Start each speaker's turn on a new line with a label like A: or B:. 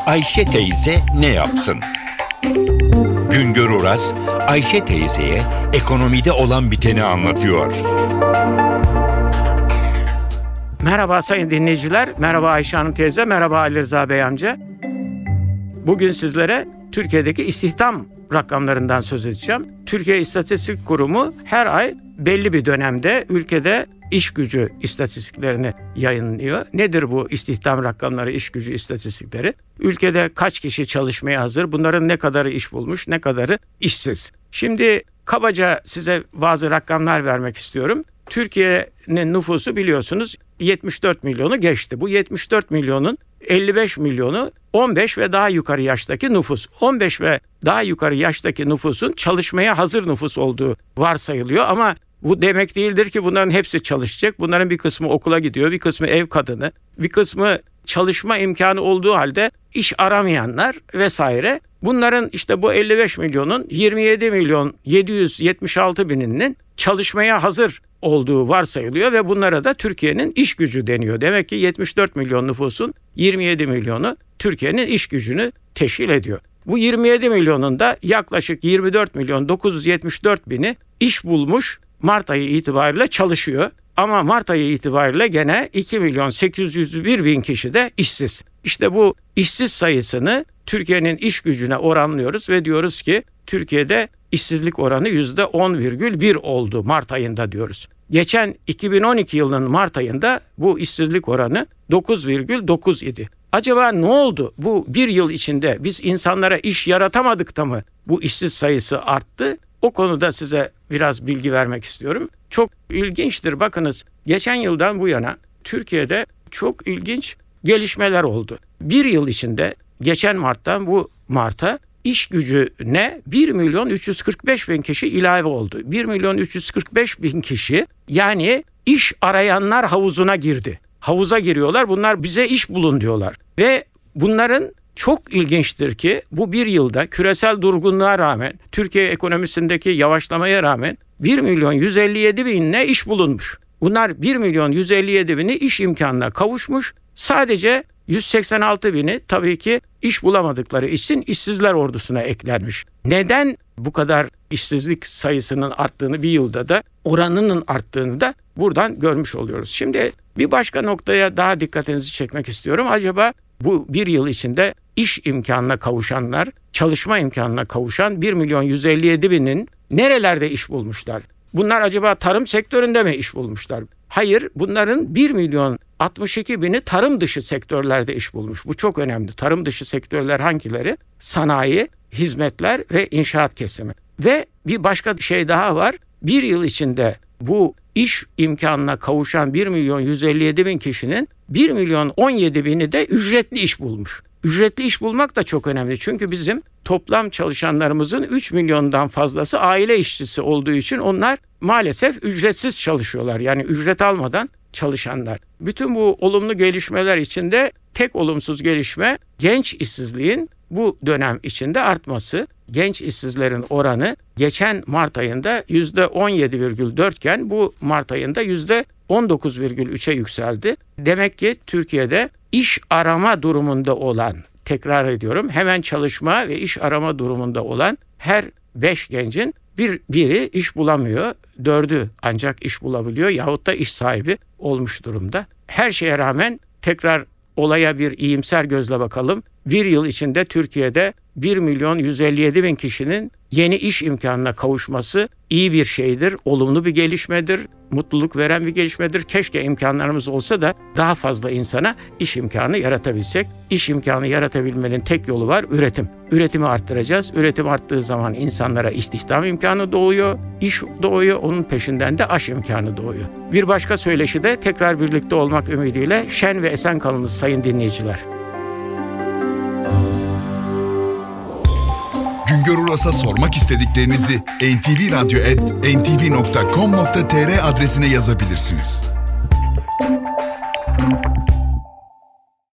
A: Ayşe teyze ne yapsın? Güngör Oras, Ayşe teyzeye ekonomide olan biteni anlatıyor.
B: Merhaba sayın dinleyiciler, merhaba Ayşe Hanım teyze, merhaba Ali Rıza Bey amca. Bugün sizlere Türkiye'deki istihdam rakamlarından söz edeceğim. Türkiye İstatistik Kurumu her ay belli bir dönemde ülkede iş gücü istatistiklerini yayınlıyor. Nedir bu istihdam rakamları, iş gücü istatistikleri? Ülkede kaç kişi çalışmaya hazır, bunların ne kadarı iş bulmuş, ne kadarı işsiz? Şimdi kabaca size bazı rakamlar vermek istiyorum. Türkiye'nin nüfusu biliyorsunuz 74 milyonu geçti. Bu 74 milyonun 55 milyonu 15 ve daha yukarı yaştaki nüfus. 15 ve daha yukarı yaştaki nüfusun çalışmaya hazır nüfus olduğu varsayılıyor ama bu demek değildir ki bunların hepsi çalışacak. Bunların bir kısmı okula gidiyor, bir kısmı ev kadını, bir kısmı çalışma imkanı olduğu halde iş aramayanlar vesaire. Bunların işte bu 55 milyonun 27 milyon 776 bininin çalışmaya hazır olduğu varsayılıyor ve bunlara da Türkiye'nin iş gücü deniyor. Demek ki 74 milyon nüfusun 27 milyonu Türkiye'nin iş gücünü teşkil ediyor. Bu 27 milyonun da yaklaşık 24 milyon 974 bini iş bulmuş, Mart ayı itibariyle çalışıyor. Ama Mart ayı itibariyle gene 2 milyon 801 bin kişi de işsiz. İşte bu işsiz sayısını Türkiye'nin iş gücüne oranlıyoruz ve diyoruz ki Türkiye'de işsizlik oranı %10,1 oldu Mart ayında diyoruz. Geçen 2012 yılının Mart ayında bu işsizlik oranı 9,9 idi. Acaba ne oldu? Bu bir yıl içinde biz insanlara iş yaratamadık da mı bu işsiz sayısı arttı? O konuda size biraz bilgi vermek istiyorum. Çok ilginçtir. Bakınız geçen yıldan bu yana Türkiye'de çok ilginç gelişmeler oldu. Bir yıl içinde geçen Mart'tan bu Mart'a iş gücüne 1 milyon 345 bin kişi ilave oldu. 1 milyon 345 bin kişi yani iş arayanlar havuzuna girdi. Havuza giriyorlar, bunlar bize iş bulun diyorlar. Ve bunların çok ilginçtir ki bu bir yılda küresel durgunluğa rağmen, Türkiye ekonomisindeki yavaşlamaya rağmen 1 milyon 157 binine iş bulunmuş. Bunlar 1 milyon 157 bini iş imkanına kavuşmuş. Sadece 186 bini tabii ki iş bulamadıkları için işsizler ordusuna eklenmiş. Neden bu kadar işsizlik sayısının arttığını bir yılda da oranının arttığını da buradan görmüş oluyoruz. Şimdi bir başka noktaya daha dikkatinizi çekmek istiyorum. Acaba bu bir yıl içinde iş imkanına kavuşanlar, çalışma imkanına kavuşan 1 milyon 157 binin nerelerde iş bulmuşlar? Bunlar acaba tarım sektöründe mi iş bulmuşlar? Hayır, bunların 1 milyon 62 bini tarım dışı sektörlerde iş bulmuş. Bu çok önemli. Tarım dışı sektörler hangileri? Sanayi, hizmetler ve inşaat kesimi. Ve bir başka şey daha var. Bir yıl içinde bu iş imkanına kavuşan 1 milyon 157 bin kişinin 1 milyon 17 bini de ücretli iş bulmuş. Ücretli iş bulmak da çok önemli. Çünkü bizim toplam çalışanlarımızın 3 milyondan fazlası aile işçisi olduğu için onlar maalesef ücretsiz çalışıyorlar. Yani ücret almadan çalışanlar. Bütün bu olumlu gelişmeler içinde tek olumsuz gelişme genç işsizliğin bu dönem içinde artması. Genç işsizlerin oranı geçen Mart ayında %17,4 iken bu Mart ayında %19,3'e yükseldi. Demek ki Türkiye'de iş arama durumunda olan, tekrar ediyorum, hemen çalışma ve iş arama durumunda olan her 5 gencin biri iş bulamıyor. 4'ü ancak iş bulabiliyor yahut da iş sahibi olmuş durumda. Her şeye rağmen tekrar olaya bir iyimser gözle bakalım. Bir yıl içinde Türkiye'de 1 milyon 157 bin kişinin yeni iş imkanına kavuşması iyi bir şeydir, olumlu bir gelişmedir, mutluluk veren bir gelişmedir. Keşke imkanlarımız olsa da daha fazla insana iş imkanı yaratabilsek. İş imkanı yaratabilmenin tek yolu var, üretim. Üretimi arttıracağız. Üretim arttığı zaman insanlara istihdam imkanı doğuyor, iş doğuyor, onun peşinden de aş imkanı doğuyor. Bir başka söyleşi de tekrar birlikte olmak ümidiyle şen ve esen kalınız sayın dinleyiciler.
C: Güngör Uras'a sormak istediklerinizi ntvradyo@ntv.com.tr adresine yazabilirsiniz.